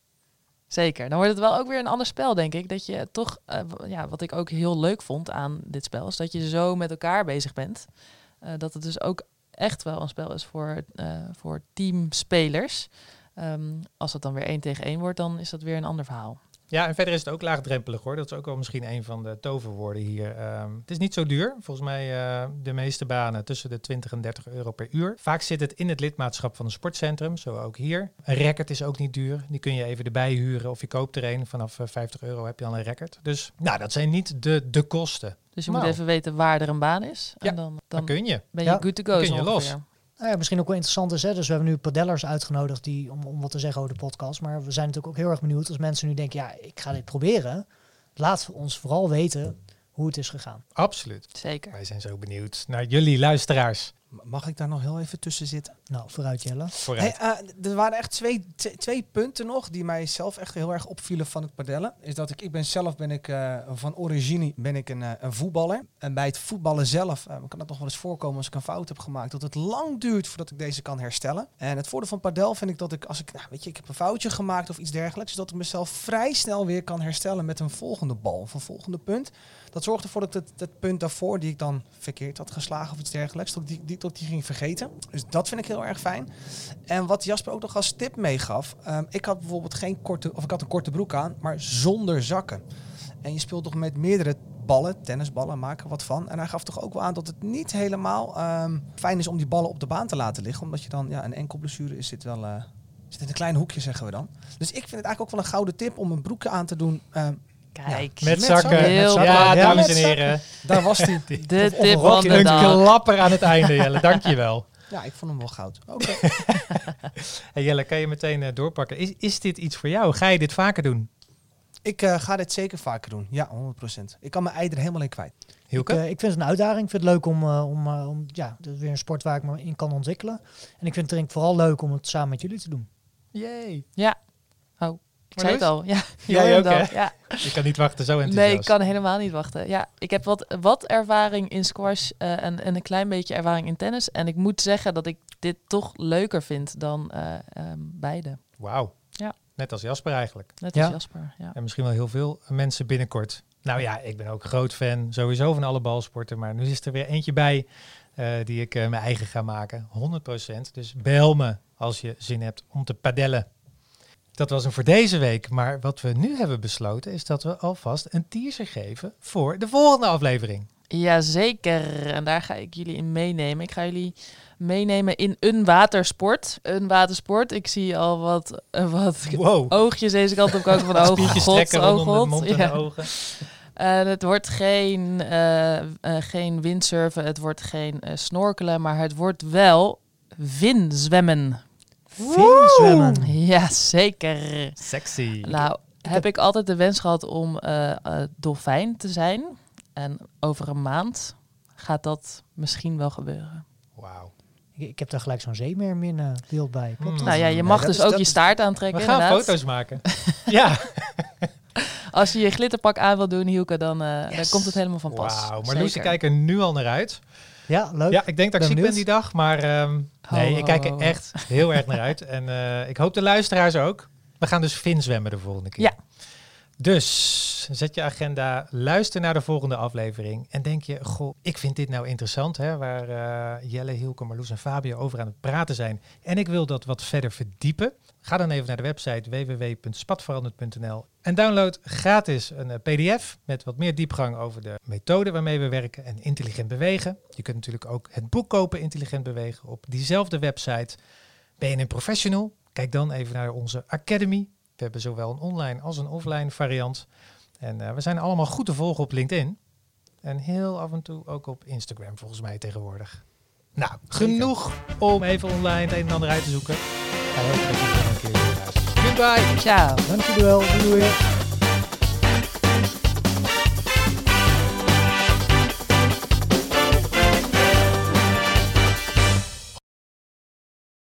S1: Zeker. Dan wordt het wel ook weer een ander spel, denk ik. Dat je toch, uh, ja, wat ik ook heel leuk vond aan dit spel, is dat je zo met elkaar bezig bent. Uh, dat het dus ook echt wel een spel is voor, uh, voor teamspelers. Um, als het dan weer één tegen één wordt, dan is dat weer een ander verhaal.
S2: Ja, en verder is het ook laagdrempelig hoor. Dat is ook wel misschien een van de toverwoorden hier. Um, het is niet zo duur. Volgens mij uh, de meeste banen tussen de twintig en dertig euro per uur. Vaak zit het in het lidmaatschap van een sportcentrum, zo ook hier. Een racket is ook niet duur. Die kun je even erbij huren of je koopt er een. Vanaf uh, vijftig euro heb je al een racket. Dus nou, dat zijn niet de, de kosten.
S1: Dus je
S2: Nou.
S1: moet even weten waar er een baan is.
S2: Ja,
S1: en dan, dan
S2: Dan kun je.
S1: ben je
S3: Ja,
S1: good to go.
S2: dan kun
S1: zo
S2: je los.
S1: ongeveer.
S3: Nou ja, misschien ook wel interessant is, hè? Dus we hebben nu padellers uitgenodigd die, om, om wat te zeggen over de podcast. Maar we zijn natuurlijk ook heel erg benieuwd als mensen nu denken, ja, ik ga dit proberen. Laat ons vooral weten hoe het is gegaan.
S2: Absoluut.
S1: Zeker.
S2: Wij zijn zo benieuwd naar jullie luisteraars.
S4: Mag ik daar nog heel even tussen zitten?
S3: Nou, vooruit Jelle.
S2: Vooruit.
S4: Hey, uh, er waren echt twee, t- twee punten nog die mij zelf echt heel erg opvielen van het padellen. Is dat ik, ik ben zelf ben ik uh, van origine ben ik een, uh, een voetballer. En bij het voetballen zelf uh, kan het nog wel eens voorkomen als ik een fout heb gemaakt, dat het lang duurt voordat ik deze kan herstellen. En het voordeel van padel vind ik dat ik als ik, nou, weet je, ik heb een foutje gemaakt of iets dergelijks, dat ik mezelf vrij snel weer kan herstellen met een volgende bal of een volgende punt. Dat zorgt ervoor dat het, het punt daarvoor, die ik dan verkeerd had geslagen of iets dergelijks, dat ik die, die, dat ik die ging vergeten. Dus dat vind ik heel erg fijn. En wat Jasper ook nog als tip meegaf, um, ik had bijvoorbeeld geen korte, of ik had een korte broek aan, maar zonder zakken. En je speelt toch met meerdere ballen, tennisballen, maak er wat van. En hij gaf toch ook wel aan dat het niet helemaal um, fijn is om die ballen op de baan te laten liggen, omdat je dan, ja, een enkel blessure is, zit wel, uh, zit in een klein hoekje, zeggen we dan. Dus ik vind het eigenlijk ook wel een gouden tip om een broekje aan te doen. Um,
S1: Kijk.
S2: Met
S4: Met
S2: zakken.
S4: zakken.
S1: Heel
S2: Ja,
S1: goed.
S2: dames en
S4: Met zakken.
S2: heren.
S4: daar was hij.
S1: De
S3: Of- of
S1: tip
S3: een
S1: van
S3: rokje.
S1: de
S2: Een
S1: dag.
S2: klapper aan het einde, Jelle. Dankjewel.
S4: Ja, ik vond hem wel goud. Oké.
S2: Hey Jelle, kan je meteen uh, doorpakken. Is, is dit iets voor jou? Ga je dit vaker doen?
S4: Ik uh, ga dit zeker vaker doen. Ja, honderd procent. Ik kan mijn ei er helemaal in kwijt.
S2: Hielke?
S3: Ik, uh, ik vind het een uitdaging. Ik vind het leuk om, uh, om, uh, om ja, dat is weer een sport waar ik me in kan ontwikkelen. En ik vind het denk ik vooral leuk om het samen met jullie te doen.
S2: Yay.
S1: Ja. Oh, ik zei het al. Ja,
S2: Jij
S1: hoorde
S2: ook,
S1: het
S2: hè?
S1: al. Ja.
S2: Ik kan niet wachten, zo enthousiast.
S1: Nee, ik kan helemaal niet wachten. Ja, ik heb wat, wat ervaring in squash uh, en, en een klein beetje ervaring in tennis. En ik moet zeggen dat ik dit toch leuker vind dan uh, um, beide.
S2: Wauw.
S1: Ja.
S2: Net als Jasper eigenlijk.
S1: Net als
S3: Ja.
S1: Jasper. Ja.
S2: En misschien wel heel veel mensen binnenkort. Nou ja, ik ben ook groot fan sowieso van alle balsporten. Maar nu is er weer eentje bij uh, die ik uh, mijn eigen ga maken. honderd procent. Dus bel me als je zin hebt om te padellen. Dat was hem voor deze week. Maar wat we nu hebben besloten is dat we alvast een teaser geven voor de volgende aflevering.
S1: Jazeker. En daar ga ik jullie in meenemen. Ik ga jullie meenemen in een watersport. Een watersport. Ik zie al wat, uh, wat
S2: Wow.
S1: oogjes deze kant op komen van oh
S2: Spiertjes
S1: god,
S2: trekken
S1: oh
S2: rondom de
S1: god.
S2: mond en
S1: Ja.
S2: de ogen.
S1: Uh, het wordt geen, uh, uh, geen windsurfen, het wordt geen uh, snorkelen, maar het wordt wel vinzwemmen.
S3: Vinzwemmen.
S1: Ja, zeker.
S2: Sexy.
S1: Nou, heb ik altijd de wens gehad om uh, uh, dolfijn te zijn. En over een maand gaat dat misschien wel gebeuren.
S2: Wauw.
S3: Ik, ik heb daar gelijk zo'n zeemeermin uh, beeld bij. Klopt
S2: Mm.
S1: Nou ja, je
S4: Nee,
S1: mag
S4: dat
S1: dus
S4: is-
S1: ook
S4: dat
S1: je
S4: is-
S1: staart aantrekken.
S2: We gaan
S1: inderdaad.
S2: foto's maken. Ja.
S1: Als je je glitterpak aan wil doen, Hielke, dan, uh,
S3: Yes.
S1: dan komt het helemaal van pas.
S2: Wauw. Maar
S1: Zeker.
S2: Loes, ik kijk er nu al naar uit.
S3: Ja, leuk.
S2: Ja, ik denk dat ik
S3: Ben
S2: ziek ben
S3: benieuwd.
S2: die dag, maar ehm,
S1: Ho,
S2: nee,
S1: ho,
S2: ik kijk
S1: ho,
S2: er
S1: ho.
S2: echt heel erg naar uit. En uh, ik hoop de luisteraars ook. We gaan dus Fin zwemmen de volgende keer.
S1: Ja.
S2: Dus zet je agenda, luister naar de volgende aflevering en denk je, goh, ik vind dit nou interessant, hè, waar uh, Jelle, Hielke, Marloes en Fabio over aan het praten zijn. En ik wil dat wat verder verdiepen. Ga dan even naar de website w w w punt spatveranderd punt n l en download gratis een uh, P D F met wat meer diepgang over de methode waarmee we werken en intelligent bewegen. Je kunt natuurlijk ook het boek kopen, Intelligent Bewegen, op diezelfde website. Ben je een professional? Kijk dan even naar onze Academy. We hebben zowel een online als een offline variant. En uh, we zijn allemaal goed te volgen op LinkedIn. En heel af en toe ook op Instagram volgens mij tegenwoordig. Nou, genoeg om even online het een en ander uit te zoeken. En hoop dat jullie nog een keer luisteren. Goodbye!
S1: Ciao.
S3: Dank jullie wel. Doei doei.